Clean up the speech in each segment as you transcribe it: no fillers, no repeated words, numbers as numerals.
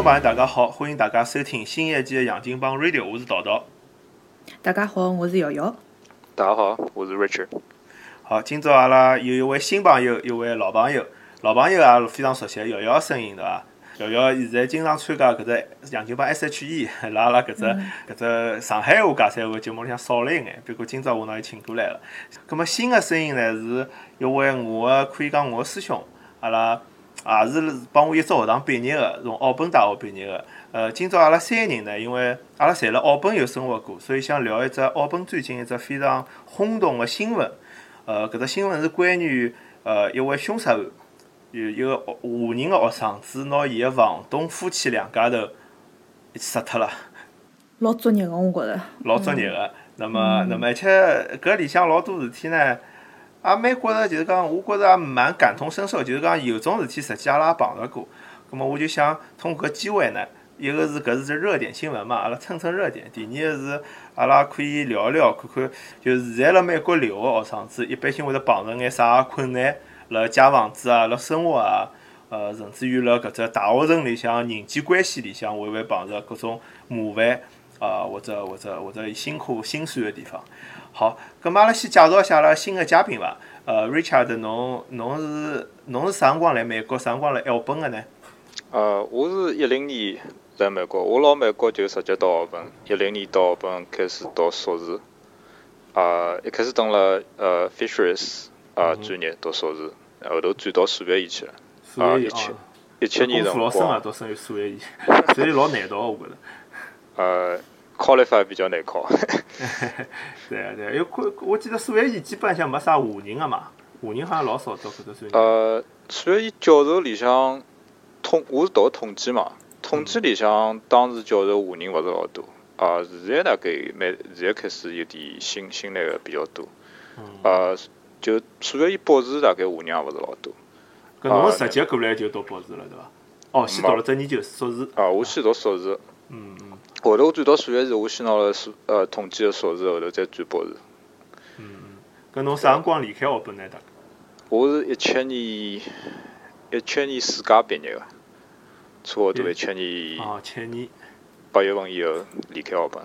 朋友大家好，欢迎大家收听新一季的杨金帮 Radio， 我是桃桃。 大家好，我是瑶瑶。 大家好，我是 Richard。 好，今朝阿拉有一位新朋友，一位老朋友，老朋友也非常熟悉瑶瑶声音，对伐？瑶瑶现在经常参加搿只杨金帮 SHE， 辣阿拉搿只上海话假三胡节目里向少了一眼，不过今朝我拿伊请过来了。葛末新的声音呢，是一位我的可以讲我的师兄，阿拉也是帮我一只学堂毕业的，从澳本大学毕业的。今朝阿拉三人呢，因为阿拉侪辣澳本有生活过，所以想聊一只澳本最近一只非常轰动的新闻。搿只新闻是关于一位凶杀案，有一个华人的学生子拿伊个房东夫妻两家头杀脱了。 老作孽个，我觉着。 老作孽个。那么而且搿里向老多事体呢，也蛮觉着就是讲，我觉着也蛮感同身受，就是讲有种事体实际阿拉也碰着过。咁么我就想通过搿机会呢，一个是搿是只热点新闻嘛，阿拉蹭蹭热点；第二个是阿拉可以聊一聊，看看就是现在辣美国留个学生子，一般性会得碰着眼啥困难，辣借房子啊，辣生活啊，甚至于辣搿只大学城里向人际关系里向，会勿会碰着各种麻烦或者辛苦心酸的地方。好，咁阿拉先介绍一下阿拉新的嘉宾伐。Richard， 侬是啥辰光来美国？啥辰光来澳本个呢？ 我是10年来美国，我辣美国就直接到澳本，10年到澳本开始读硕士，一开始蹲了Fisheries 专业读硕士，后头转到数学系去了。17年辰光。功夫老深啊， 读数学系，所以老难读我觉着。qualify 比较难考。 对啊，因为我记得数学系基本上没啥华人个嘛，华人好像老少读搿只专业。 数学系教授里向我是读统计嘛，统计里向当时教授华人勿是老多，现在大概现在开始有点新来个比较多，就数学系博士大概华人也勿是老多。 搿侬直接过来就读博士了对伐？先读了只研究硕士。 我先读硕士。后头我转到数学系，我先拿了统计的硕士，后头再转博士。 搿侬啥辰光离开澳本呢？大概？ 我是17年暑假毕业个，差勿多17年。 7年。 8月份以后离开澳本。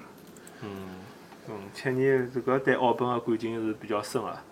7年这个对澳本的感情是比较深啊。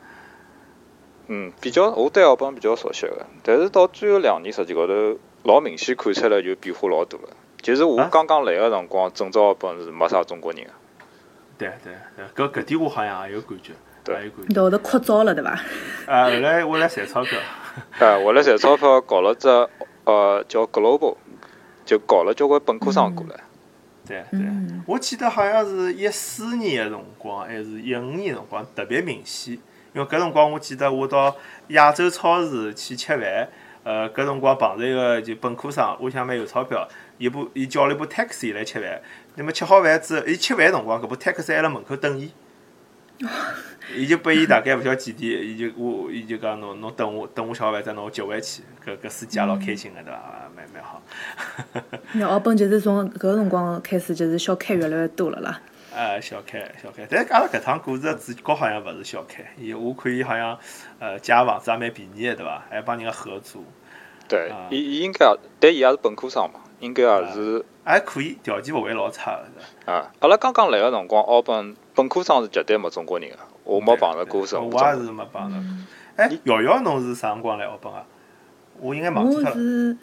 我对澳本比较熟悉个，但是到最后2年实际高头，老明显看出来就变化老大个。就是我刚刚来个辰光，整只澳本是没啥中国人个。 对，搿点我好像也有感觉。 对。 后头扩招了对伐？ 后来为了赚钞票。 为了赚钞票，搞了只叫 Global， 就搞了交关本科生过来。 对，我记得好像是14年的辰光，还是15年的辰光特别明显，因为搿辰光我记得我到亚洲超市去吃饭，搿辰光碰着一个就本科生，屋里向蛮有钞票，伊叫了一部 taxi 来吃饭。那么吃好饭之后，伊吃饭辰光搿部 taxi 还辣门口等伊，伊就拨伊大概勿晓几钿，伊就讲侬等我吃好饭再拿我接回去。搿司机也老开心个对伐？蛮好。 那澳本就是从搿个辰光开始，就是小开越来越多了啦。 小开，但是阿拉搿趟故事的主角好像勿是小开，我看伊好像借房子也蛮便宜的对伐？还帮人家合租。 对，伊应该，但伊也是本科生嘛，应该也是。 还可以，条件勿会老差的。 阿拉刚刚来个辰光，澳本本科生是绝对没中国人个，我没碰着过生。 我也是没碰着。瑶瑶侬是啥辰光来澳本啊？我应该忘记脱了。 我是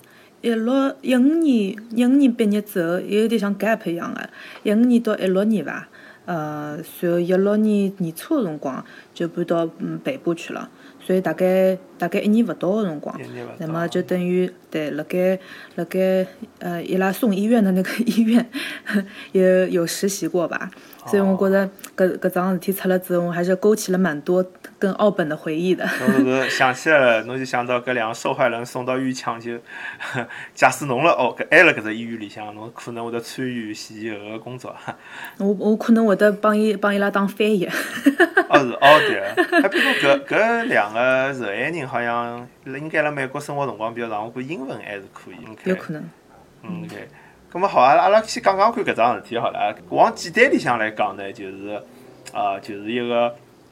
15年毕业之后，有点像 gap 一样的，15年到16年伐。然后16年年初的辰光就搬到北部去了，所以大概1年勿到的辰光，那么就等于对辣盖伊拉送医院的那个医院有实习过吧，所以我觉得搿桩事体出了之后，还是勾起了蛮多跟澳本的回忆的。 侬想起来了，侬就想到搿两个受害人送到医抢救，假使侬了还辣搿只医院里向，侬可能会得参与前后个工作。 我可能会得帮伊拉当翻译。 对。不过搿两个受害人好像应该辣美国生活辰光比较长，我估英文还是可以。 有可能。 对。咁么好啊，阿拉先讲看搿桩事体好了。往简单里向来讲呢，就是一个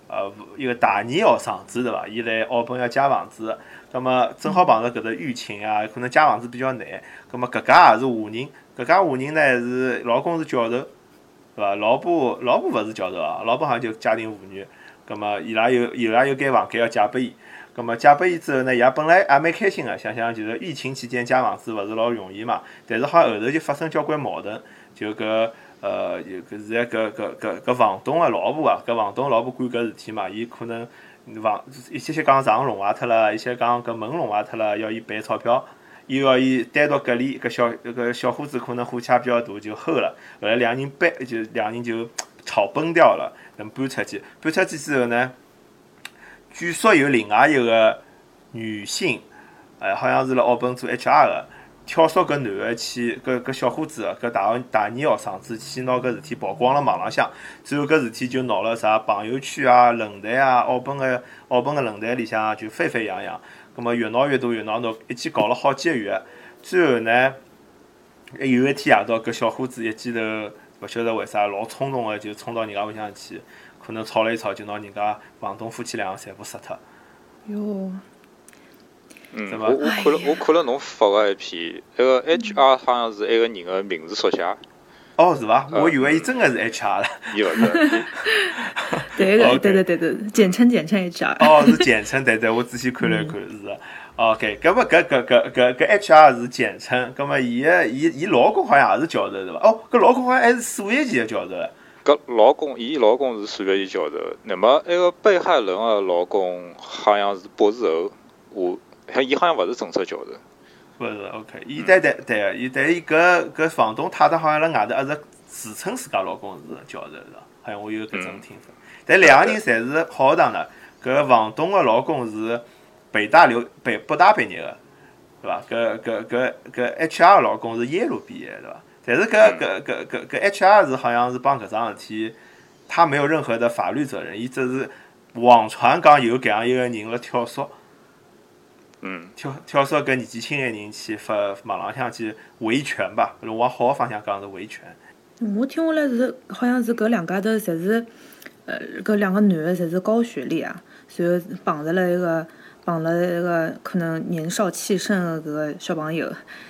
一个大二学生子对伐？伊来澳本要借房子，葛末正好碰着搿只疫情啊，可能借房子比较难。葛末搿家也是华人，搿家华人呢是老公是教授，对伐？老婆勿是教授啊，老婆好像就家庭妇女。葛末伊拉有间房间要借拨伊，葛末借拨伊之后呢，伊拉本来也蛮开心个，想想就是疫情期间借房子勿是老容易嘛。但是好像后头就发生交关矛盾，就搿现在搿房东个老婆啊，搿房东老婆管搿事体嘛，伊可能一些讲床弄坏脱了，一些讲搿门弄坏脱了，要伊赔钞票，又要伊单独隔离。搿小伙子可能火气也比较大，就吼了。后来两人就吵崩掉了，能搬出去。搬出去之后呢，据说有另外一个女性，好像是辣澳本做 HR 个。挑唆搿男个去，搿小伙子，搿大二学生子去拿搿事体曝光了网浪向，最后搿事体就闹了啥朋友圈啊、论坛啊、澳本个论坛里向就沸沸扬扬。葛末越闹越大，一记搞了好几个月。最后呢，有一天夜到，搿小伙子一记头勿晓得为啥老冲动个就冲到人家屋里向去，可能吵了一吵，就拿人家房东夫妻两个全部杀脱。 哟。 我看了侬发个一篇，那个 HR 好像是埃个人个名字缩写。 哦，是伐？我以为伊真个是 HR 了。 有的。 对，简称 HR。 哦，是简称，对，我仔细看了一看，是的。OK， 搿么搿 HR 是简称，搿么伊老公好像也是教授，对伐？哦，搿老公好像还是数学系个教授。 搿伊老公是数学系教授，那么埃个被害人个老公好像是博士后，伊好像勿是正式教授。 勿是 OK， 伊但伊搿房东太太好像辣外头一直自称自家老公是教授，是伐？好像我有搿种听法。但两个人侪是好学堂的，搿房东个老公是北大毕业个，对伐？搿 HR 老公是耶鲁毕业，对伐？但是搿 HR 是好像是帮搿桩事体，他没有任何的法律责任，伊只是网传讲有搿样一个人辣挑唆。挑唆搿年纪轻个人去发网浪向去维权吧，往好个方向讲是维权。 我听下来好像是搿两家头侪是，搿两个男个侪是高学历啊，然后绑了一个可能年少气盛的搿个小朋友，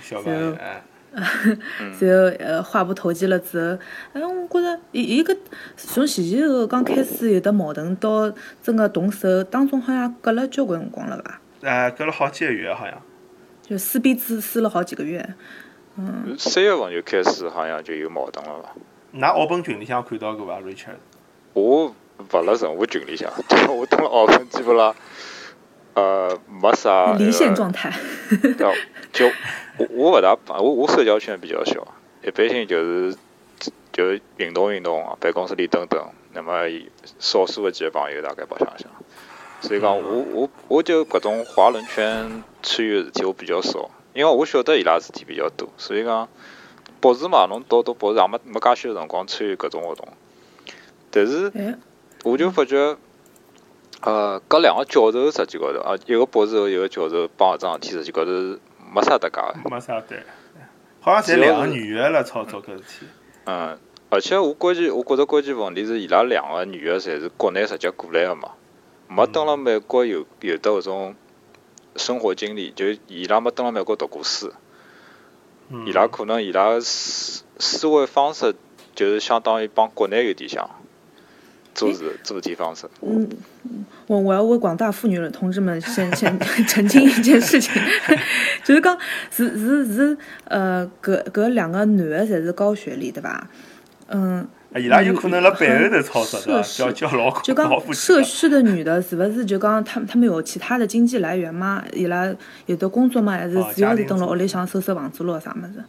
然后话不投机了之后，我觉着伊搿从前前后后刚开始有的矛盾到真个动手当中，好像隔了交关辰光了吧？ 隔了好几个月好像。 就撕逼撕了好几个月。 3月份就开始好像就有矛盾了吧？ 㑚澳本群里向看到过伐 ，Richard？ 我勿辣任何群里向，我蹲辣澳本基本上没啥离线状态。 就我勿大，我社交圈比较小，一般性就运动啊，办公室里等等，那么少数的几个朋友大概白相相。所以讲，我就搿种华人圈参与的事体我比较少，因为我晓得伊拉事体比较多，所以讲博士嘛，侬读博士也没介许多辰光参与搿种活动。但是我就发觉，搿两个教授实际高头啊，一个博士后，一个教授帮搿桩事体实际高头没啥搭界的。 没啥对，好像侪两个女的来操作搿事体。 而且我觉着关键问题是伊拉两个女的侪是国内直接过来的嘛。没登了美国有的搿种生活经历，就伊拉没登了美国读过书，伊拉可能伊拉思维方式就是相当于帮国内有点像，做事体方式。 我要为广大妇女同志们先澄清一件事情，就是讲是搿两个男的侪是高学历对伐？ 伊拉有可能辣背后头操作的，叫老公。 就讲涉事的女的，是不是就讲他们有其他的经济来源吗？伊拉有的工作吗？还是主要是蹲辣屋里向收房租咯啥么子？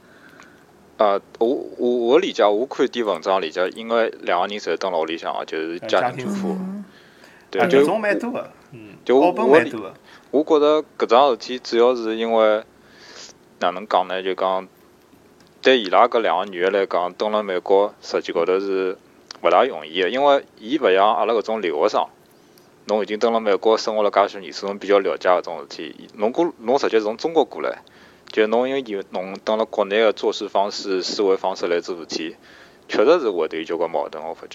我理解，我看点文章理解，因为两个人侪蹲辣屋里向，就是家庭主妇。对， 就种蛮多的， 就澳本蛮多的。 我觉着搿桩事体主要是因为哪能讲呢？就讲。对伊拉搿两个女的来讲，蹲辣美国实际高头是勿大容易的，因为伊勿像阿拉搿种留学生，侬已经蹲辣美国生活了介许年数，侬比较了解搿种事体。侬直接从中国过来，就侬因为侬蹲辣国内的做事方式、思维方式来做事体，确实是会得有交关矛盾。我发觉。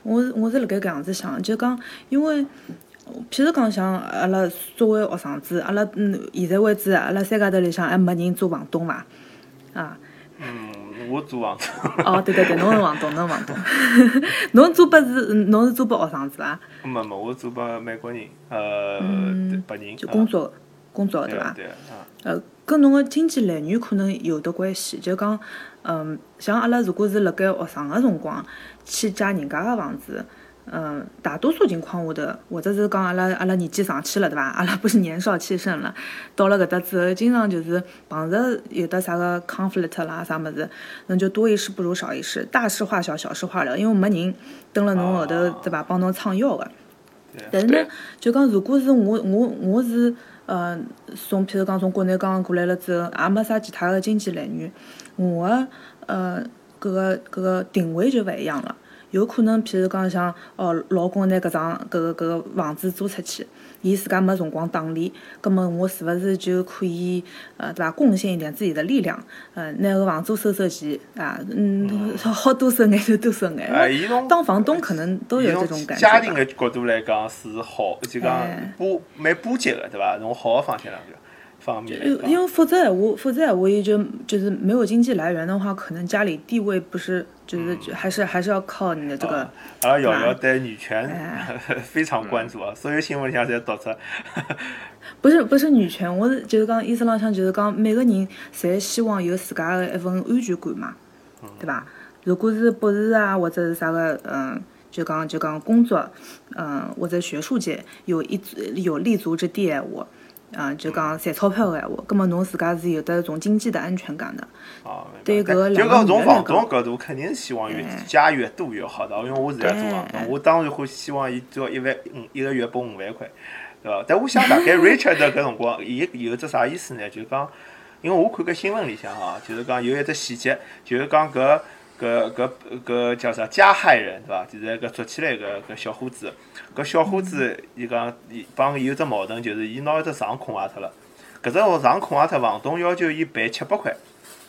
我是辣盖搿样子想，就讲因为。譬如讲，像阿拉作为学生子，阿拉现在为止，阿拉三家头里向还没人做房东伐？啊。 我做房东。 哦，对，侬是房东，侬做拨侬是做拨学生子伐？ 没，我做拨美国人，白人。 就工作对伐？ 对。 跟侬个经济来源可能有得关系，就讲，像阿拉如果是辣盖学生个辰光去借人家个房子。大多数情况下头，或者是讲阿拉年纪上去了，对伐？阿拉不是年少气盛了，到了搿搭之后，经常就是碰着有的啥个 conflict 啦，啥物事，那就多一事不如少一事，大事化小，小事化了，因为没人蹲辣侬后头，对伐？帮侬撑腰个。但是呢，就讲如果是我是譬如讲从国内刚刚过来了之后，也没啥其他的经济来源，我搿个定位就勿一样了。有可能，譬如讲像老公拿搿个房子租出去，伊自家没辰光打理，葛末我是勿是就可以对伐？贡献一点自己的力量，拿个房租收钱啊，好多收眼就多收眼。当房东可能都有这种感觉。 家庭的角度来讲是好，就讲蛮波及的，对伐？从好的方向面来讲。 因为否则闲话，也就是没有经济来源的话，可能家里地位不是。就是还是要靠你的这个。 阿拉瑶对女权非常关注啊，所有新闻里向侪读出。 不是女权，我是就是讲意思浪向就是讲每个人侪希望有自家的一份安全感嘛，对伐？如果是博士啊，或者是啥个就讲工作，或者学术界有立足之地闲话。就讲赚钞票个闲话，葛末侬自家是有得一种经济的安全感的。对搿就讲从房东角度，肯定是希望家越多越好的。因为我现在做房东，我当然会希望伊只要1万一个月拨5万块，对伐？但我想大概 Richard 搿辰光，伊有只啥意思呢？就是讲，因为我看搿新闻里向就是讲有一只细节，就是讲搿叫啥加害人，对伐？就是搿捉起来搿小伙子，搿小伙子伊讲帮伊有只矛盾，就是伊拿一只床空坏脱了，搿只床空坏脱，房东要求伊赔700块。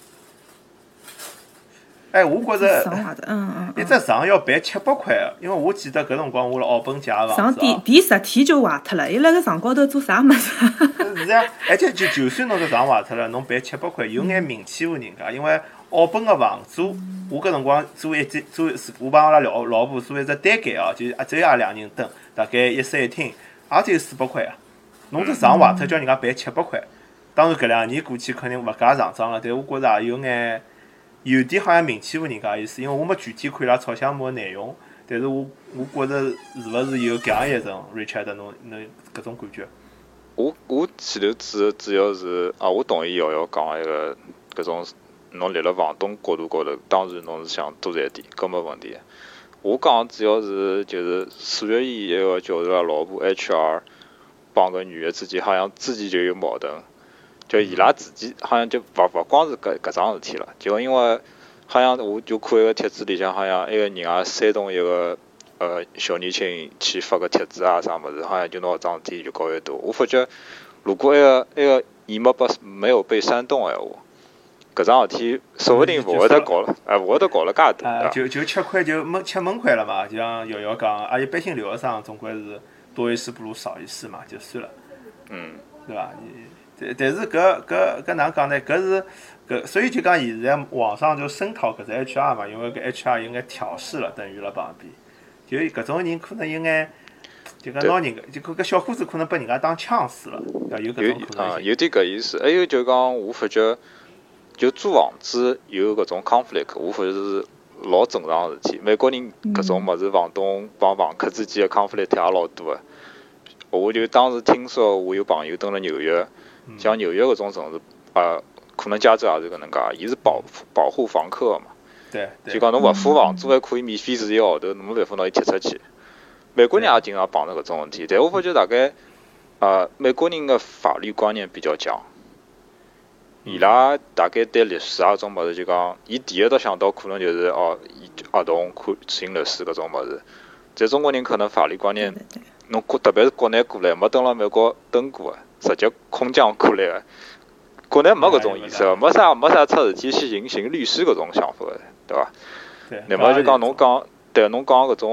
我觉着一只床要赔700块啊！因为我记得搿辰光我辣澳本借个房子第10天就坏脱了，伊辣搿床高头做啥物事？ 是啊，而且就算侬搿床坏脱了，侬赔700块，有眼名欺负人家，因为澳本个房租，我搿辰光我帮阿拉老婆租一只单间就只有阿拉2人蹲，大概1室1厅，也只有400块啊。侬只床坏脱叫人家赔700块，当然搿2年过去肯定物价上涨了，但我觉着也有点好像名欺负人家意思，因为我没具体看伊拉吵相骂个内容，但是我觉着是勿是有搿样一种 Richard 侬搿种感觉？ 我前头主要是我同意瑶瑶讲个一个搿种。侬立辣房东角度高头，当然侬是想多赚点，搿没问题。我讲主要是就是数学院一个教授老婆 HR 帮个女的之间，好像自己就有矛盾，就伊拉自己好像就勿光是搿桩事体了，就因为好像我就看一个帖子里向，好像一个人煽动一个小年轻去发个帖子啥物事，好像就拿搿桩事体越搞越多。我发觉如果一个伊没有被煽动个闲话。搿桩事体说不定勿会得搞了，勿会得搞了介大。 就吃亏就吃闷亏了嘛，就像瑶瑶讲，一般性留学生总归是多一事不如少一事嘛，就算了。对伐？但是搿哪讲呢？搿是所以就讲现在网上就声讨搿只 HR 嘛，因为搿 HR 有眼挑事了，等于辣旁边。就搿种人可能有眼，就讲拿人家，就搿小伙子可能被人家当枪使了，有搿种可能性。 有点搿意思。还有就讲，我发觉。就租房子有搿种 conflict， 我发觉是老正常个事体。美国人搿种物事，房东帮房客之间个 conflict 也老多个。我就当时听说，我有朋友蹲辣纽约，像纽约搿种城市，可能加州也是搿能介，伊是保护房客个嘛。 对。 就讲侬勿付房租还可以免费住1个号头，侬没办法拿伊踢出去。美国人也经常碰着搿种问题，但我发觉大概美国人个法律观念比较强。伊拉大概对律师种物事，就讲，伊第一道想到可能就是伊合同寻律师搿种物事。在中国人可能法律观念，侬特别是国内过来，没蹲辣美国蹲过个，直接空降过来个，国内没搿种意识个，没啥出事体去寻律师搿种想法个，对伐？那么就讲侬讲搿种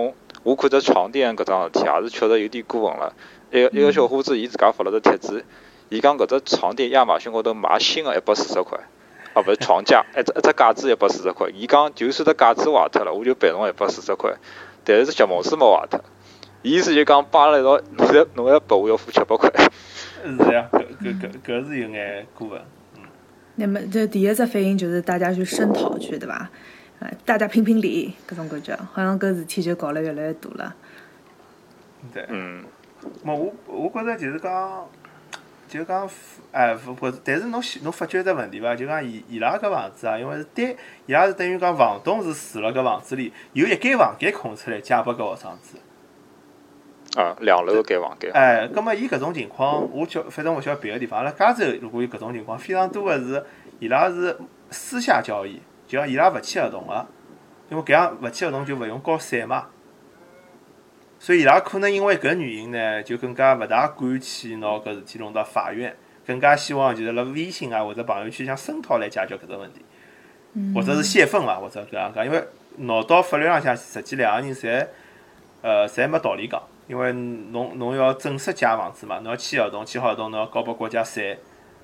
我看着床垫搿桩事体也是确实有点过分了。一个小伙子伊自家发了只帖子，伊讲搿只床垫亚马逊高头买新个140块，勿是床架，一只架子140块。伊讲就算只架子坏脱了，我就赔侬140块，但是脚毛丝没坏脱。意思就讲摆了一道，侬要赔我要付700块。 是呀，搿是有眼过分。 那么这第一只反应就是大家去声讨去，对伐？大家评评理，搿种感觉，好像搿事体就搞了越来越大了。 对。我觉着就是讲，但是侬发觉一只问题伐？就讲伊拉搿房子啊，因为是单，伊拉是等于讲房东是住辣搿房子里，有一间房间空出来借拨搿学生子。 2楼间房间。 葛末伊搿种情况，反正我晓得别个地方，阿拉加州如果有搿种情况，非常多个是伊拉是私下交易，就讲伊拉勿签合同个，因为搿样勿签合同就勿用交税嘛。所以伊拉可能因为搿原因呢，就更加勿大敢去拿搿事体弄到法院，更加希望就是辣微信啊或者朋友圈向声讨来解决搿只问题，或者是泄愤伐，或者搿样讲，因为闹到法律浪向，实际两个人侪没道理讲。因为侬要正式借房子嘛，侬要签合同，签好合同侬要交拨国家税。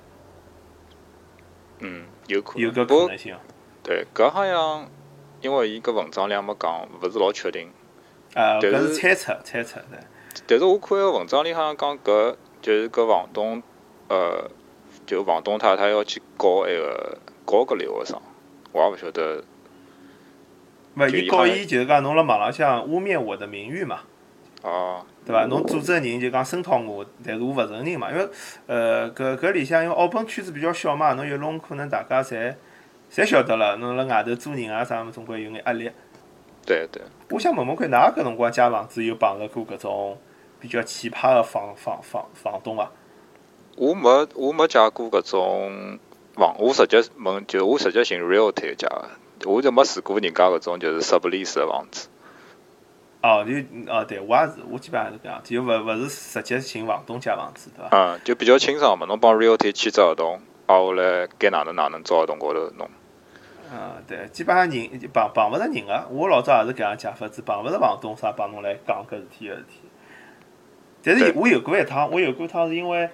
有可能。 有搿可能性。 对，搿好像因为伊搿文章里也没讲，勿是老确定。 搿是猜测对。 但是我看个文章里好像讲搿就是搿房东，就房东他要去告搿留学生，我也勿晓得。 伊告伊就是讲侬辣网浪向污蔑我的名誉嘛。对伐？侬组织人就讲声讨我，但是我勿承认嘛，因为搿里向因为澳本圈子比较小嘛，侬一弄可能大家侪晓得了，侬辣外头做人啊啥么，总归有眼压力。 对。 我想问问看，㑚搿辰光借房子有碰着过搿种比较奇葩个房东伐？ 我没借过搿种我直接寻 realty 借个，我就没试过人家搿种就是 sublease 个房子。 对，我也是，我基本上是搿样，就勿是直接寻房东借房子，对伐？ 就比较清爽嘛，侬帮 realty 签只合同，下来该哪能照合同高头弄。 对，基本上人碰勿着人个，我老早也是搿样借法子，碰勿着房东啥帮侬来讲搿事体个事体。但是我有过一趟是因为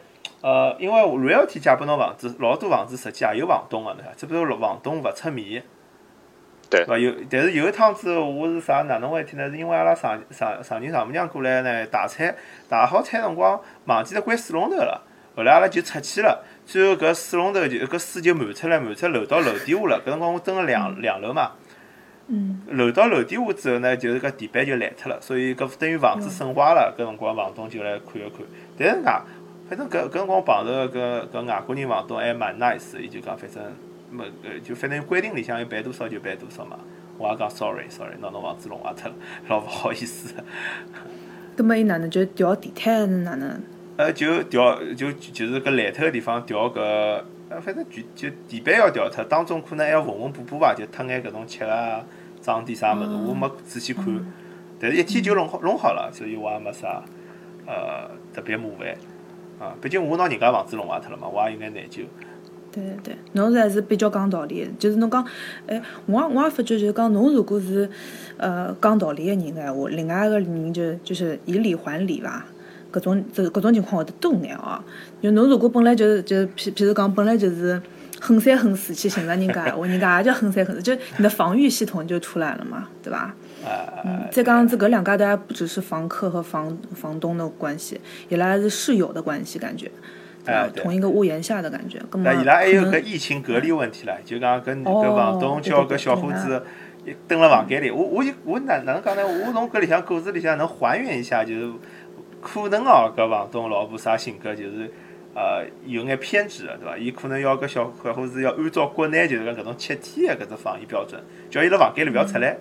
realty 借拨侬房子，老多房子实际也有房东个，对伐？只不过房东勿出面。 对， 但是有一趟子我是哪能回事体呢？是因为阿拉上人丈母娘过来呢，打好菜辰光忘记了关水龙头了，后来阿拉就出去了，最后搿水龙头搿水就满出流到楼底下了。搿辰光我蹲了两楼嘛，流到楼底下之后呢，就是搿地板就烂脱了，所以搿等于房子损坏了。搿辰光房东就来看一看，但是反正搿辰光碰着搿外国人房东还蛮 nice， 伊就讲反正。就反正规定里向要赔多少就赔多少嘛，我也讲 sorry，拿侬房子弄坏脱了，老勿好意思。 葛末伊哪能就调地毯哪能？ 就调就是搿烂脱个地方调搿，反正就地板要调脱，当中可能还要缝补伐，就脱眼搿种漆啊、脏点啥物事，我没仔细看，但是一天就弄好了，所以我也没啥特别麻烦毕竟我拿人家房子弄坏脱了嘛，我也有眼内疚。 对，侬还是比较讲道理的，就是侬讲，我也发觉就是讲，侬如果是讲道理的人闲话，另外一个人就是以理还理伐，搿种情况会得多眼哦。就侬如果本来就是譬如讲本来就是横三横四去寻着人家闲话，人家也叫横三横四，就你的防御系统就出来了嘛，对吧？再讲搿两家头还不只是房客和房东的关系，伊拉还是室友的关系，感觉。同一个屋檐下的感觉。 伊拉还有搿疫情隔离问题唻，就讲搿房东叫搿小伙子蹲辣房间里，我哪能讲呢？我从搿里向故事里向能还原一下，就是可能搿房东老婆啥性格，就是有眼偏执的，对伐？伊可能要搿小伙子要按照国内就是讲搿种7天的搿只防疫标准，叫伊辣房间里勿要出来。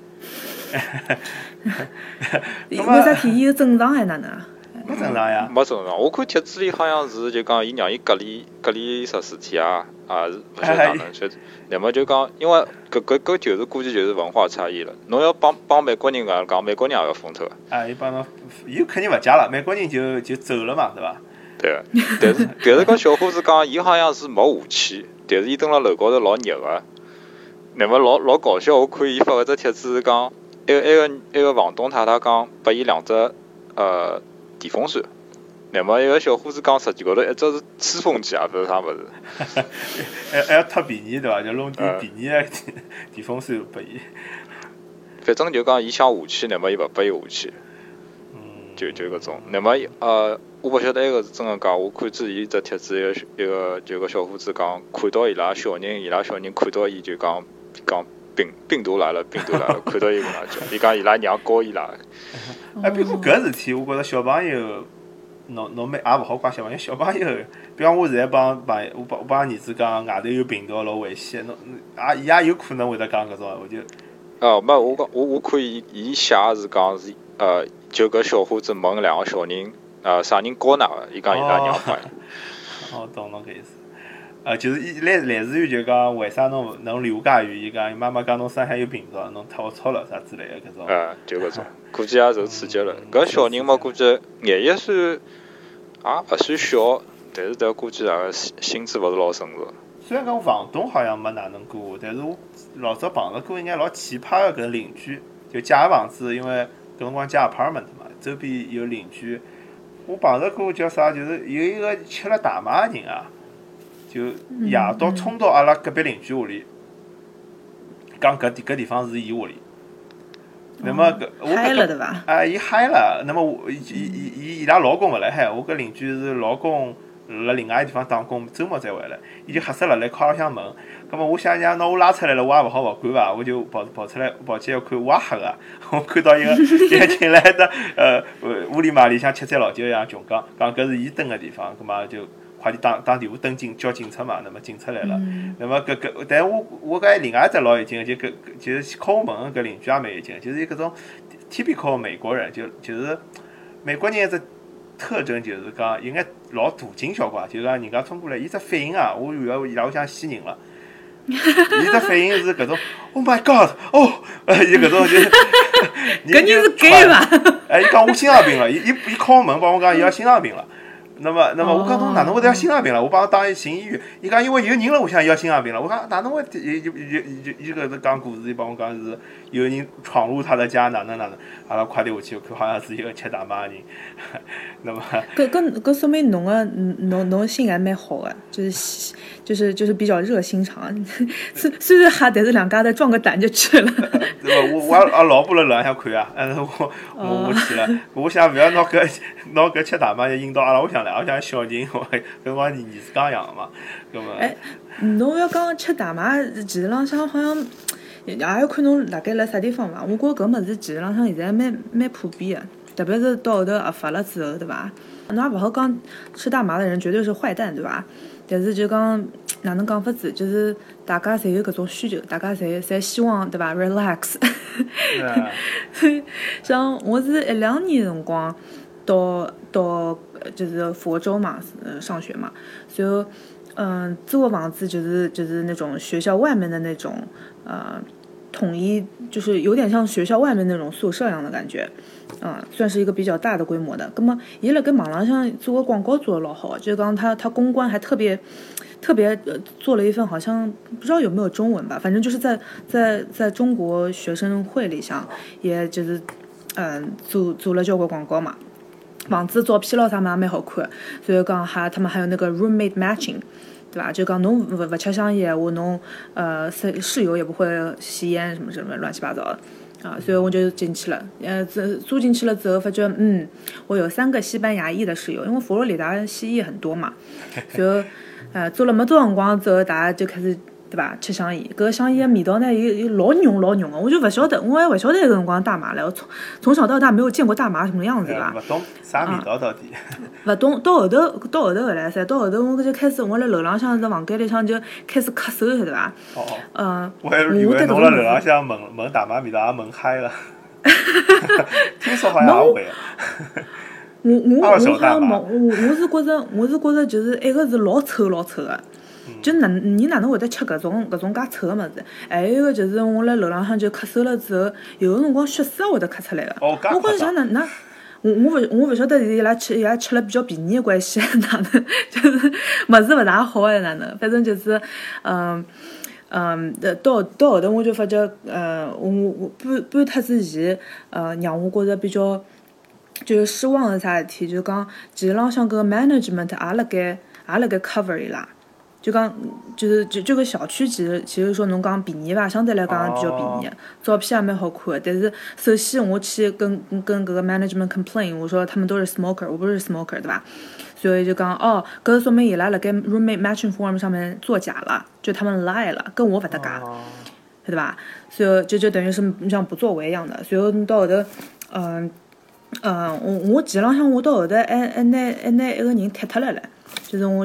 为啥体伊正常还哪能？ 没正常呀， 没正常。我看帖子里好像是就讲伊让伊隔离14天啊，是勿晓得哪能说。那么就讲，因为搿就是估计就是文化差异了。侬要帮美国人讲，美国人也要封脱。 伊帮侬，伊肯定勿借了，美国人就走了嘛，对伐？ 对，但是搿小伙子讲，伊好像是没武器，但是伊蹲辣楼高头老热个。那么老搞笑，我看伊发搿只帖子是讲， 一个房东太太讲拨伊2只电风扇，那么一个小伙子讲实际高头一只是吹风机啊，不是啥物事。 还要忒便宜对伐？就弄点便宜的电风扇拨伊。 反正就讲伊想下去，那么伊勿拨伊下去。就搿种。那么我勿晓得埃个是真个假，我看之前只帖子一个就个小伙子讲，看到伊拉小人看到伊就讲病毒来了，看到伊搿能叫，伊讲伊拉娘教伊拉。 比如搿事体，我觉着小朋友，侬也勿好怪小朋友。小朋友，比方我现在我帮儿子讲外头有病毒老危险，侬伊也有可能会得讲搿种，我就。 没我看伊写是讲是就搿小伙子问2个小人啥人教㑚个，伊讲伊拉娘教。 懂侬搿意思。就是类似于就讲为啥侬离我介远？伊讲妈妈讲侬身上有病毒，侬太龌龊了啥之类的搿种。 就搿种，估计也受刺激了。搿小人嘛，估计眼也算也勿算小，但是估计心智勿是老成熟。 虽然讲房东好像没哪能过，但是我老早碰到过一眼老奇葩的搿邻居，就借个房子，因为搿辰光借 apartment 嘛，周边有邻居。我碰到过叫啥，就是有一个吃了大麻的人啊，就夜到冲到阿拉隔壁邻居屋里，讲搿地方是伊屋里。那么我嗨了对伐？ 伊嗨了。那么伊拉老公勿来海，我搿邻居是老公辣另外一地方打工，周末才回来，伊就吓死了来敲向门。葛末我想让拿我拉出来了，我也勿好勿管伐，我就跑出来跑去要看，我也吓个。我看到一个进来的屋里嘛里向吃菜老酒一样穷讲搿是伊蹲个地方，葛末就快点打电话登叫警察嘛。那么警察来了，那么但我搿另外一只老有劲，就是敲我门搿邻居也蛮有劲，就是搿种 typical 美国人，就是美国人一只特征就是讲有眼老大惊小怪，就是讲人家冲过来，伊只反应啊，我以为伊拉想死人了。伊只反应是搿种 ，Oh my God， 伊搿种就， 搿人是 gay 伐？ 伊讲我心脏病了，伊敲门帮我讲伊要心脏病了。那么我讲侬哪能会得要心脏病了？我帮他带伊寻医院。伊讲因为有人辣屋里向要心脏病了。我讲哪能会？伊搿是讲故事，伊帮我讲是有人闯入他的家，哪能。阿拉快点下去看，好像是一个吃大麻的人。那么搿说明侬心还蛮好的，就是比较热心肠。虽然吓，但是两家头壮个胆就去了。 对伐？我老婆辣楼浪向看啊，我去了。我想勿要拿搿吃大麻就引到阿拉屋里向来，我想小人，搿辰光儿子刚养嘛，搿么。 侬要讲吃大麻，其实浪向好像。也要看侬大概辣啥地方伐？我觉搿物事其实浪向现在蛮普遍的，特别是到后头合法了之后，对伐？侬也勿好讲吃大麻的人绝对是坏蛋，对伐？但是就讲哪能讲法子，就是大家侪有搿种需求，大家侪希望对伐 ？relax。所以像我是1-2年辰光到就是佛州嘛，上学嘛，所以。租个房子就是那种学校外面的那种统一，就是有点像学校外面那种宿舍一样的感觉，算是一个比较大的规模的。那么伊辣盖网浪向做个广告做的老好，就是刚他公关还特别做了一份，好像不知道有没有中文吧，反正就是在中国学生会里向，也就是做了交关广告嘛。房子照片咯啥嘛也蛮好看，所以讲他们还有那个 roommate matching， 对吧？就讲侬勿吃香烟话，侬室友也不会吸烟什么什么乱七八糟的啊，所以我就进去了。住进去了之后，发觉我有3个西班牙裔的室友，因为佛罗里达西裔很多嘛，所以做了没多辰光之后，大家就开始。对吧？吃香烟，搿香烟的味道呢，有老浓的，我就勿晓得，我还勿晓得搿辰光大麻了。我从小到大没有见过大麻什么样子吧？ 勿懂啥味道到底。 勿懂，到后头后来噻，到后头我就开始，我辣楼浪向在房间里向就开始咳嗽，晓得伐？ 我还以为侬辣楼浪向闻大麻味道也闻嗨了。听说好像也会。 我好像我是觉着就是一个是老臭的。就你哪能会得吃搿种介臭个物事？还有一个就是我辣楼浪向就咳嗽了之后，有个辰光血水会得咳出来个。我觉着像哪，我勿晓得是伊拉吃了比较便宜的关系，哪能就是物事勿大好还是哪能？反正就是到后头我就发觉，我搬脱之前，让我觉着比较就是失望的啥事体，就是讲其实浪向搿个 management 也辣盖 cover 伊拉。就讲，这个小区其实说侬讲便宜伐，相对来讲比较便宜，照片也蛮好看的。但是首先我去跟搿个 management complain， 我说他们都是 smoker， 我不是 smoker， 对吧？所以就讲搿说明伊拉辣盖 roommate matching form 上面作假了，就他们 lie 了，跟我勿搭嘎，对吧？所以就等于是像不作为一样的。所以到后头，我记浪向我到后头还拿一个人踢脱了唻。就是我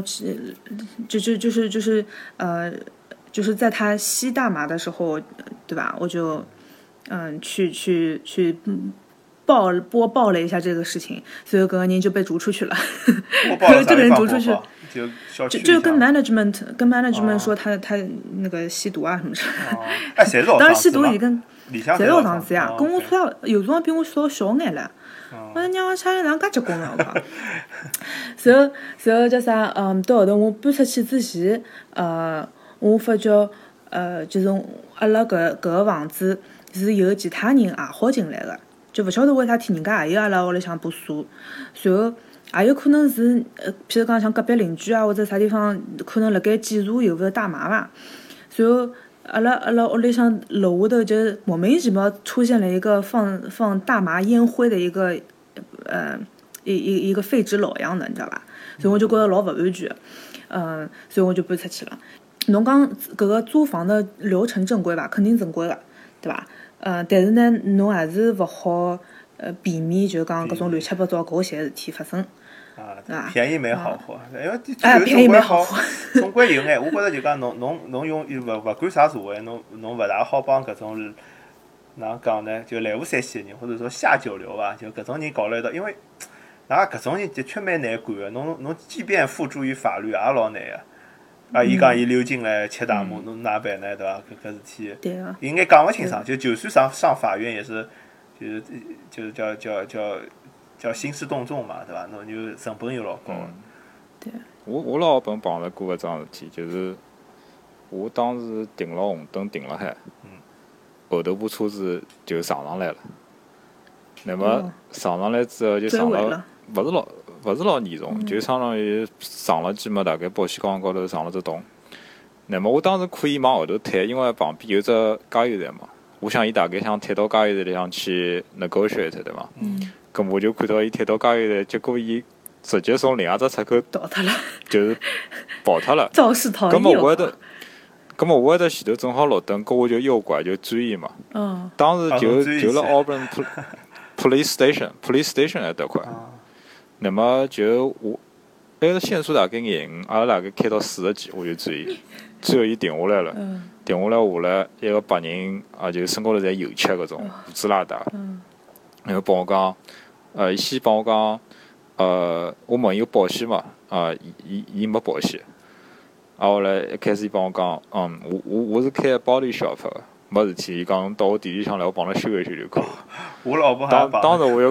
就是在他吸大麻的时候，对吧？我就去播报了一下这个事情，所以搿个人就被逐出去了。这个人逐出去，就跟 management 说他那个吸毒啊什么的。当然吸毒已经侪老上子呀，跟我差有辰光比我小眼了。我说娘，啥人哪介结棍了？我靠！然后叫啥？到后头我搬出去之前，我发觉，就是阿拉搿个房子是有其他人爱好进来的，就勿晓得为啥体人家也有阿拉屋里向把锁，然后也有可能是譬如讲像隔壁邻居啊或者啥地方，可能辣盖检查有勿有大麻伐，然后。阿拉屋里向楼下头就莫名其妙出现了一个放大麻烟灰的一个一个废纸篓一样的，你知道吧？所以我就觉得老勿安全，所以我就搬出去了。侬讲搿个租房的流程正规吧，肯定正规的，对吧？但是呢，侬还是勿好避免就讲搿种乱七八糟狗血事体发生。 便宜没好货，因为便宜没好货， 总归有眼。我觉着就讲侬用勿管啥社会，侬勿大好帮搿种哪讲呢？就来无山西的人，或者说下九流吧，就搿种人搞了一道，因为搿种人的确蛮难管的。侬即便付诸于法律，也老难个。伊讲伊溜进来吃大麻，侬哪办呢？对伐？搿事体，应该讲勿清爽。就算上法院也是，就是叫兴师动众嘛，对伐？侬就成本又老高。 对。 我老本碰着过一桩事体，就是我当时停了红灯停了海，后头部车子就上上来了。那么上上来之后就上了，勿是老严重，就相当于上了几么大概保险杠高头上了只洞。那么我当时可以往后头退，因为旁边有只加油站嘛。我想伊大概想退到加油站里向去 negotiate， 对伐？咁我就看到伊退到加油站，结果伊直接从另外只出口逃脱了， 就是跑脱了。 肇事逃逸。 咁么我前头正好绿灯，咁我就右拐就追伊嘛。当时就辣 Auburn Police Station 埃搭块。那么就我埃个限速大概25，阿拉大概开到40几，我就追伊，最后伊停下来了。停下来下来，一个白人就身高头侪油漆搿种，胡子拉碴。然后帮我讲，伊先帮我讲，我问伊有保险嘛？伊没保险。后来一开始伊帮我讲，我是开 body shop 个，没事体。伊讲到我店里向来，我帮他修一修就可以。 我老婆还帮。 当时我要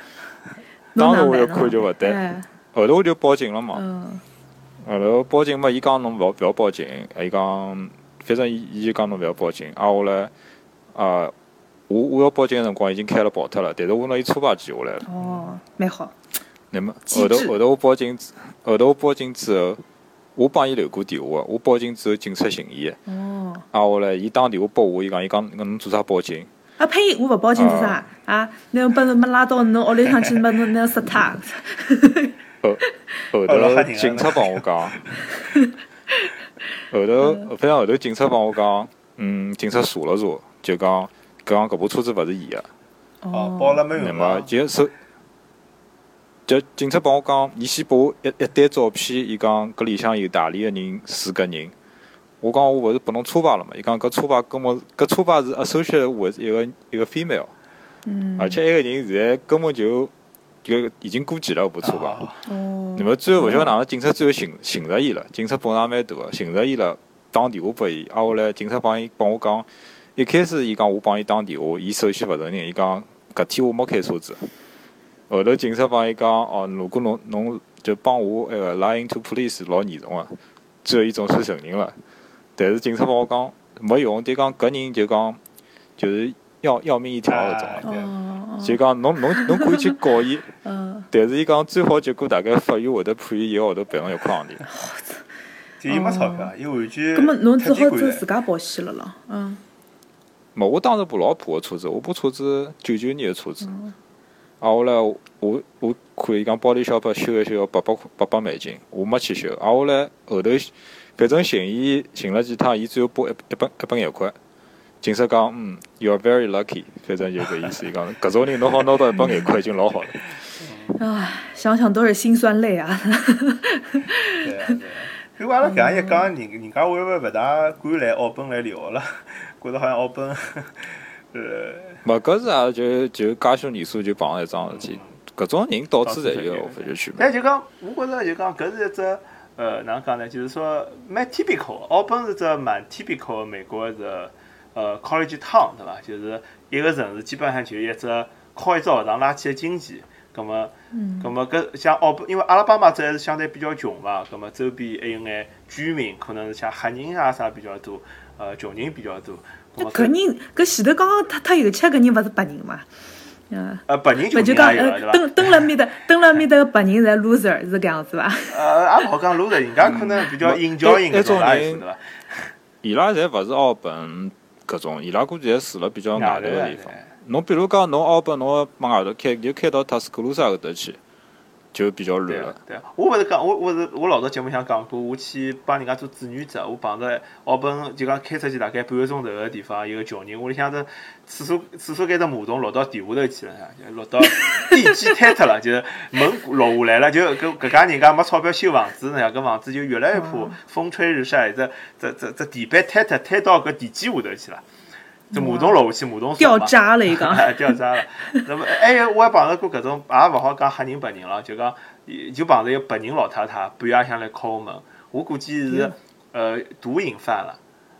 看就勿对，后头我就报警了嘛。后头报警嘛，伊讲侬勿要报警，伊讲反正伊就讲侬勿要报警。后来我要报警的辰光已经开了跑脱了，但是我拿伊车牌记下来了。 蛮好。 那么后头我报警之后，我帮伊留过电话，我报警之后警察寻伊。后来伊打电话拨我，伊讲侬做啥报警？ 呸！我勿报警做啥？侬把侬拉到侬屋里向去，侬杀他。 后头警察帮我讲，反正后头警察帮我讲，警察查了查，就讲搿部车子勿是伊个。 报了没用。 那么就警察帮我讲，伊先拨我一堆照片，伊讲搿里向有大理个人是搿人。我讲我勿是拨侬车牌了嘛？伊讲搿车牌根本搿车牌是 associate with 一个 female，而且埃个人现在根本就已经过期了，部车牌。那么最后勿晓得哪能，警察最后寻着伊了，警察本事也蛮大个，寻着伊了，打电话拨伊。后来警察帮我讲，一开始伊讲我帮伊打电话，伊首先勿承认，伊讲搿天我没开车子。后头警察帮伊讲，如果侬就帮我lying to police 老严重个，最后伊总算承认了。但是警察帮我讲， 没用，就讲搿人就讲就是要命一条搿种。就讲侬可以去告伊，但是伊讲最好结果大概法院会得判伊1个号头赔侬1块洋钿。 就伊没钞票，伊完全。 咁么侬只好走自家保险了咯。 没，我当时部老破个车子，我部车子99年个车子。后来我看伊讲保利小白修一修要800美金，我没去修。后来后头反正寻伊寻了几趟，伊最后拨100块。警察讲，you are very lucky， 反正就搿意思。伊讲搿种人侬好拿到100块已经老好了。 唉，想想都是心酸泪啊。 对啊。因为阿拉搿样一讲，人家会勿会勿大敢来澳本来聊了？觉着好像澳本， 勿搿是啊，就介许年数就碰上一桩事体，搿种人到处侪有，勿就去。 但就讲，我觉着就讲搿是一只哪能讲呢？就是说蛮 typical， 澳本是只蛮 typical 的美国的college town 对伐？就是一个城市基本上就一只靠一只学堂拉起的经济。咁么搿像澳本，因为阿拉巴马州还是相对比较穷嘛，咁么周边还有眼居民可能是像黑人啊啥比较多，穷人比较多。 搿人搿前头刚刚他有吃搿人勿是白人嘛？ 白人就讲蹲辣面搭个白人侪 loser 是搿样子伐？ 也勿好讲 loser， 人家可能比较enjoying搿种啦，对伐？ 伊拉侪勿是澳本搿种，伊拉估计侪住了比较外头个地方。侬比如讲，侬澳本侬往外头开到塔斯克鲁萨搿搭去，就比较乱了。 对，我勿是讲，我老早节目上讲过，我去帮人家做志愿者，我碰着澳本就讲开出去大概半个钟头个地方，有个穷人，屋里向头厕所间只马桶落到地下头去了，就落到地基坍脱了，就是门落下来了，就搿家人家没钞票修房子呢，搿房子就越来越破，风吹日晒，这地板坍到搿地基下头去了。这马桶落下去，马桶掉渣了，伊讲掉渣了。那么，还有我还碰着过搿种，也勿好讲黑人白人了，就讲就碰着一个白人老太太，半夜向来敲我门，我估计是毒瘾犯了。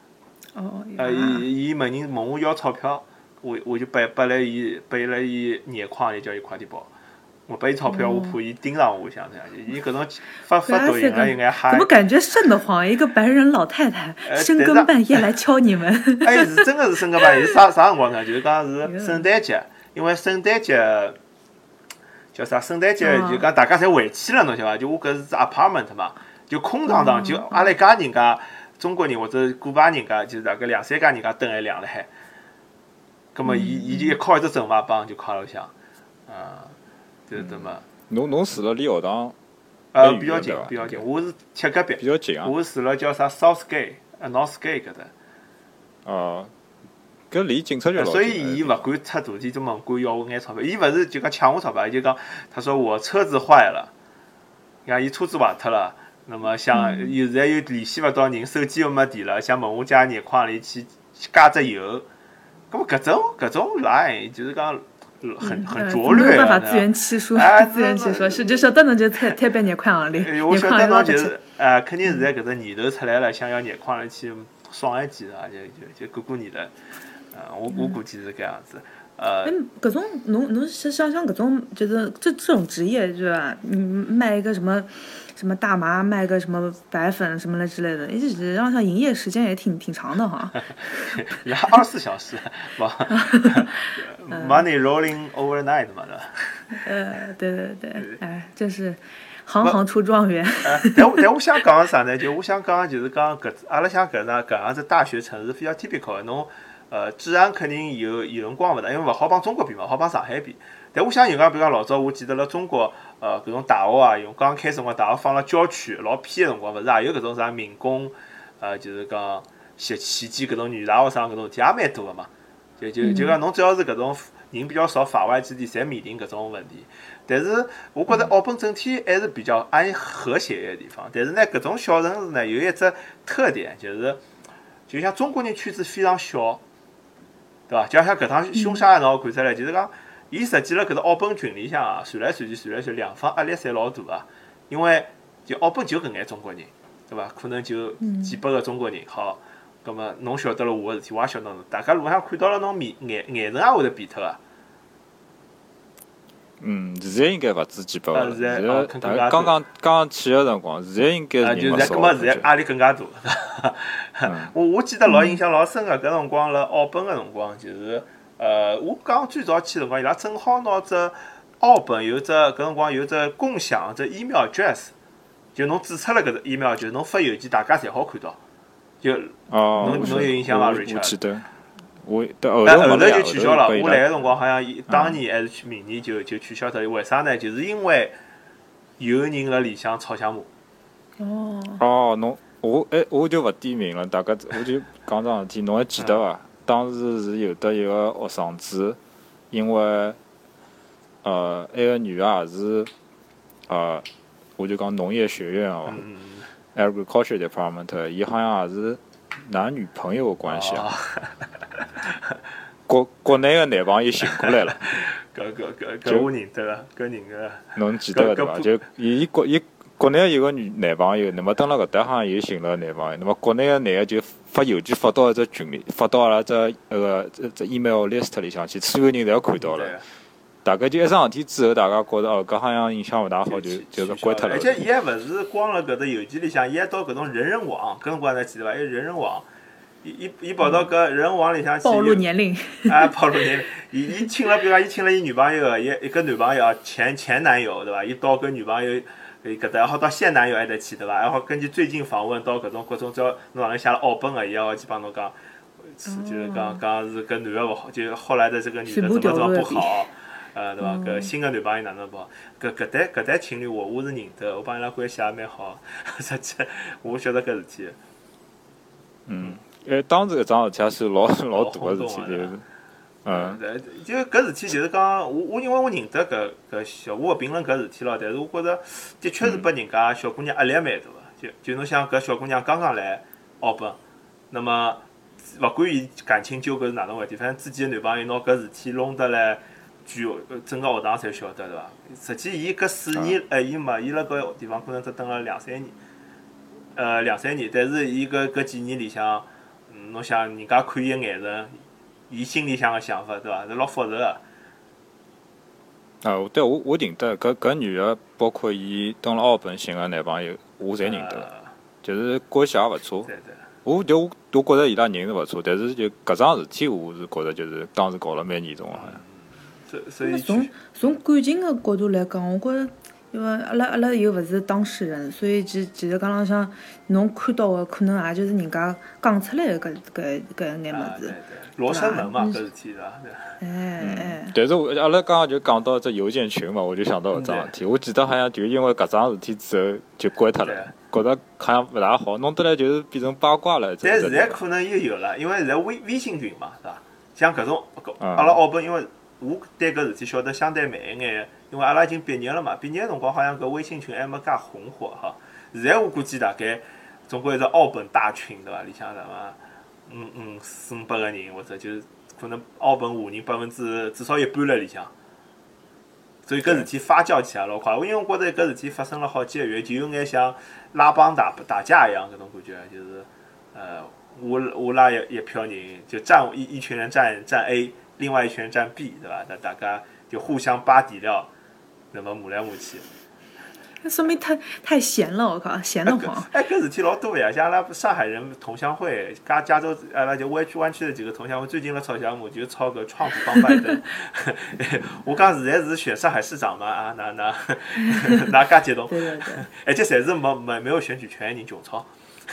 伊问我要钞票，我就拨了伊眼眶里叫伊快点报。我拨伊钞票，我怕伊盯上我，想这样。伊搿种发抖音了，应该嗨。 怎么感觉瘆得慌？一个白人老太太深更半夜来敲你们。 哎，是真的是深更半夜，啥辰光呢？就是讲是圣诞节，因为圣诞节叫啥？圣诞节就讲大家侪回去了，侬晓得伐？就我搿是只 apartment 嘛，就空荡荡，就阿拉一家人家中国人或者古巴人家，就是大概2、3家人家灯还亮了海。葛末伊就一敲一只正马帮就敲楼向，就是这么。 侬住了离学堂？ 比较近，比较近。我是贴隔壁。 比较近啊。 我住了叫啥 Southgate、Northgate 搿搭。 搿离警察局老近。 所以伊勿敢出大天做门管要我眼钞票，伊勿是就讲抢我钞票，伊就讲他说我车子坏了，讲伊车子坏脱了，那么想现在又联系勿到人，手机又没电了，想问我家眼眶里去加只油。咁么搿种 line 就是讲。很拙劣， 没办法自圆其说，自圆其说是就晓得侬就太白眼眶里， 我晓得侬就是肯定现在搿只念头出来了，想要眼眶里去爽一记啊，就过年了，我估计是搿样子。 搿种侬想搿种就是这种职业是吧？卖一个什么大麻，卖个什么白粉什么的之类的，实际上营业时间也挺长的哈。 然后24小时，money rolling overnight 嘛的。 对，哎，这是行出状元。 但我想讲个啥呢？就我想讲就是讲阿拉像搿样子大学城市比较 typical 的，侬治安肯定有辰光勿大，因为勿好帮中国比嘛，好帮上海比。但我想有讲，比如讲老早，我记得辣中国，搿种大学啊，用刚开辰光，大学放辣郊区老偏个辰光，勿是也有搿种啥民工，就是讲袭击搿种女大学生搿种事体也蛮多个嘛。就讲侬只要是搿种人比较少，法外之地，侪面临搿种问题。但是我觉着澳本整体还是比较和谐个地方。但是呢，搿种小城市呢有一只特点，就像中国人圈子非常小，对伐？就像搿趟凶杀案侬看出来，就是讲。伊实际辣搿只澳本群里向啊，传来传去，两方压力侪老大啊。因为就澳本就搿眼中国人，对伐？可能就几百个中国人，好，葛末侬晓得了我个事体，我也晓得侬，大家路上看到了侬眼神也会得变脱个。 现在应该勿止几百个了。 现在大概刚去个辰光，现在应该是就现在，搿么现在压力更加大。我记得老印象老深个，搿辰光辣澳本个辰光，就是我刚最早去个辰光，伊拉正好拿只澳本有只搿辰光有只共享只 email address， 就侬注册了搿只 email， 就侬发邮件，大家侪好看到。就侬有印象伐 ？Richard？ 我记得。后头就取消了。我来个辰光好像当年还是去明年就取消脱。为啥呢？就是因为有人辣里向炒项目。 我就勿点名了，大家我就讲桩事体，侬还记得伐？当时是有得一个学生子，因为埃个女个也是我就讲农业学院哦，agriculture department， 伊好像也是男女朋友的关系啊。国内个男朋友寻过来了。 搿我认得个，搿人个。 侬记得个对伐？就伊国内有个男朋友，那么蹲辣搿搭好像又寻了个男朋友，那么国内个男个就发邮件发到一只群里，发到阿拉只email list 里向去，所有人侪看到了。大概就一桩事体之后，大家觉着搿好像影响勿大好，就是关脱了。 而且伊还勿是光辣搿只邮件里向，伊还到搿种人人网，搿辰光还记得伐？有人人网。伊跑到搿人人网里向去， 暴露年龄。 暴露年龄。伊请了，比如讲，伊请了伊女朋友个，一个男朋友前男友对伐？伊到搿女朋友搿搭，还好到现男友还得去对伐？还好根据最近访问到搿种各种，只要侬上头写了澳本个，伊还好去帮侬讲，就是讲是搿男个勿好，就后来的这个女的怎么不好，对伐？搿新个男朋友哪能不好？搿对情侣我是认得，我帮伊拉关系也蛮好，实际我晓得搿事体。 当时搿桩事体也算老大个事体，就是， 就搿事体就是讲，我因为我认得搿小，我勿评论搿事体咯，但是我觉着的确是拨人家小姑娘压力蛮大个，就侬想搿小姑娘刚刚来澳本，那么勿管伊感情纠葛是哪能回事体，反正自己个男朋友拿搿事体弄得来，整个学堂侪晓得对伐？实际伊搿4年，伊辣搿地方可能只蹲了2-3年，2-3年，但是伊搿几年里向。侬想人家看伊个眼神，伊心里向个想法，对伐？是老复杂个。 对，我认得搿女个，包括伊蹲辣澳本寻个男朋友，我侪认得，就是关系也勿错。我觉着伊拉人是勿错，但是就搿桩事体，我是觉着就是当时搞了蛮严重个，好像。所以从感情个角度来讲，我觉着。因为阿拉又勿是当事人，所以其实讲浪向侬看到个可能也就是人家讲出来个搿眼物事， 罗生门嘛，搿事体对伐？ 但是阿拉刚刚就讲到只邮件群嘛，我就想到搿桩事体。我记得好像就因为搿桩事体之后就关脱了，觉着好像勿大好，弄得来就是变成八卦了。 但现在可能又有了，因为现在微信群嘛，是伐？像搿种阿拉澳本，因为我对搿事体晓得相对慢一眼。因为阿拉已经毕业了嘛，毕业个辰光好像搿微信群还没介红火哈。现在我估计大概总归是澳本大群对伐？里向什么400-500个人，或者就是可能澳本华人至少一半辣里向。所以搿事体发酵起来老快。因为我觉着搿事体发生了好几个月，就有眼像拉帮打架一样搿种感觉，就是我拉一票人，就一群人站 A， 另外一群人站 B 对伐？大家就互相扒底料。那么骂来骂去， 那说明太闲了，我靠，闲得慌。 搿事体老多呀，像阿拉上海人同乡会，加州阿拉就湾区的几个同乡会，最近辣炒项目，就炒搿川普帮拜登。我讲现在是选上海市长嘛哪介激动？ 对。 而且侪是没有选举权的人穷炒。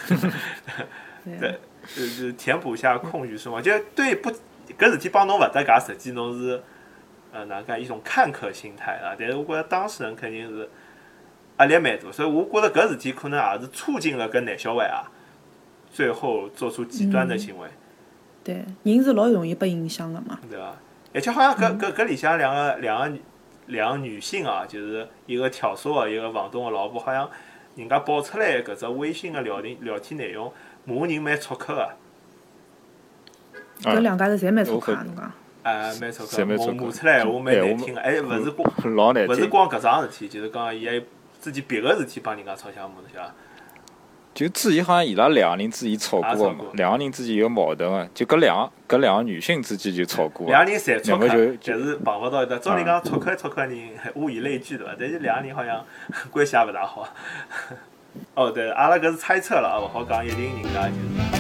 对，填补一下空余生活，就对不搿事体帮侬勿搭界，实际侬是。哪个一种看客心态啊？但是我觉着当事人肯定是压力蛮大，所以我觉着搿事体可能也是促进了搿男小孩最后做出极端的行为。 对，人是老容易被影响的嘛。 对伐？而且好像搿里向两个女性就是一个挑唆一个房东的老婆，好像人家爆出来搿只微信的聊天内容，骂人蛮粗刻的。 搿两家头侪蛮粗刻，侬讲。 蛮粗刻，骂出来我蛮难听个，勿是光搿桩事体，就是讲伊还自己别个事体帮人家吵相骂，侬晓得伐？ 就之前好像伊拉两个人之间吵过的嘛，两个人之间有矛盾的，就搿两个女性之间就吵过。 两个人侪吵那么客，但是碰勿到一道。照理讲吵客人物以类聚对伐？但是两个人好像关系也勿大好。哦，对，阿拉搿是猜测了啊，勿好讲一定人家就是。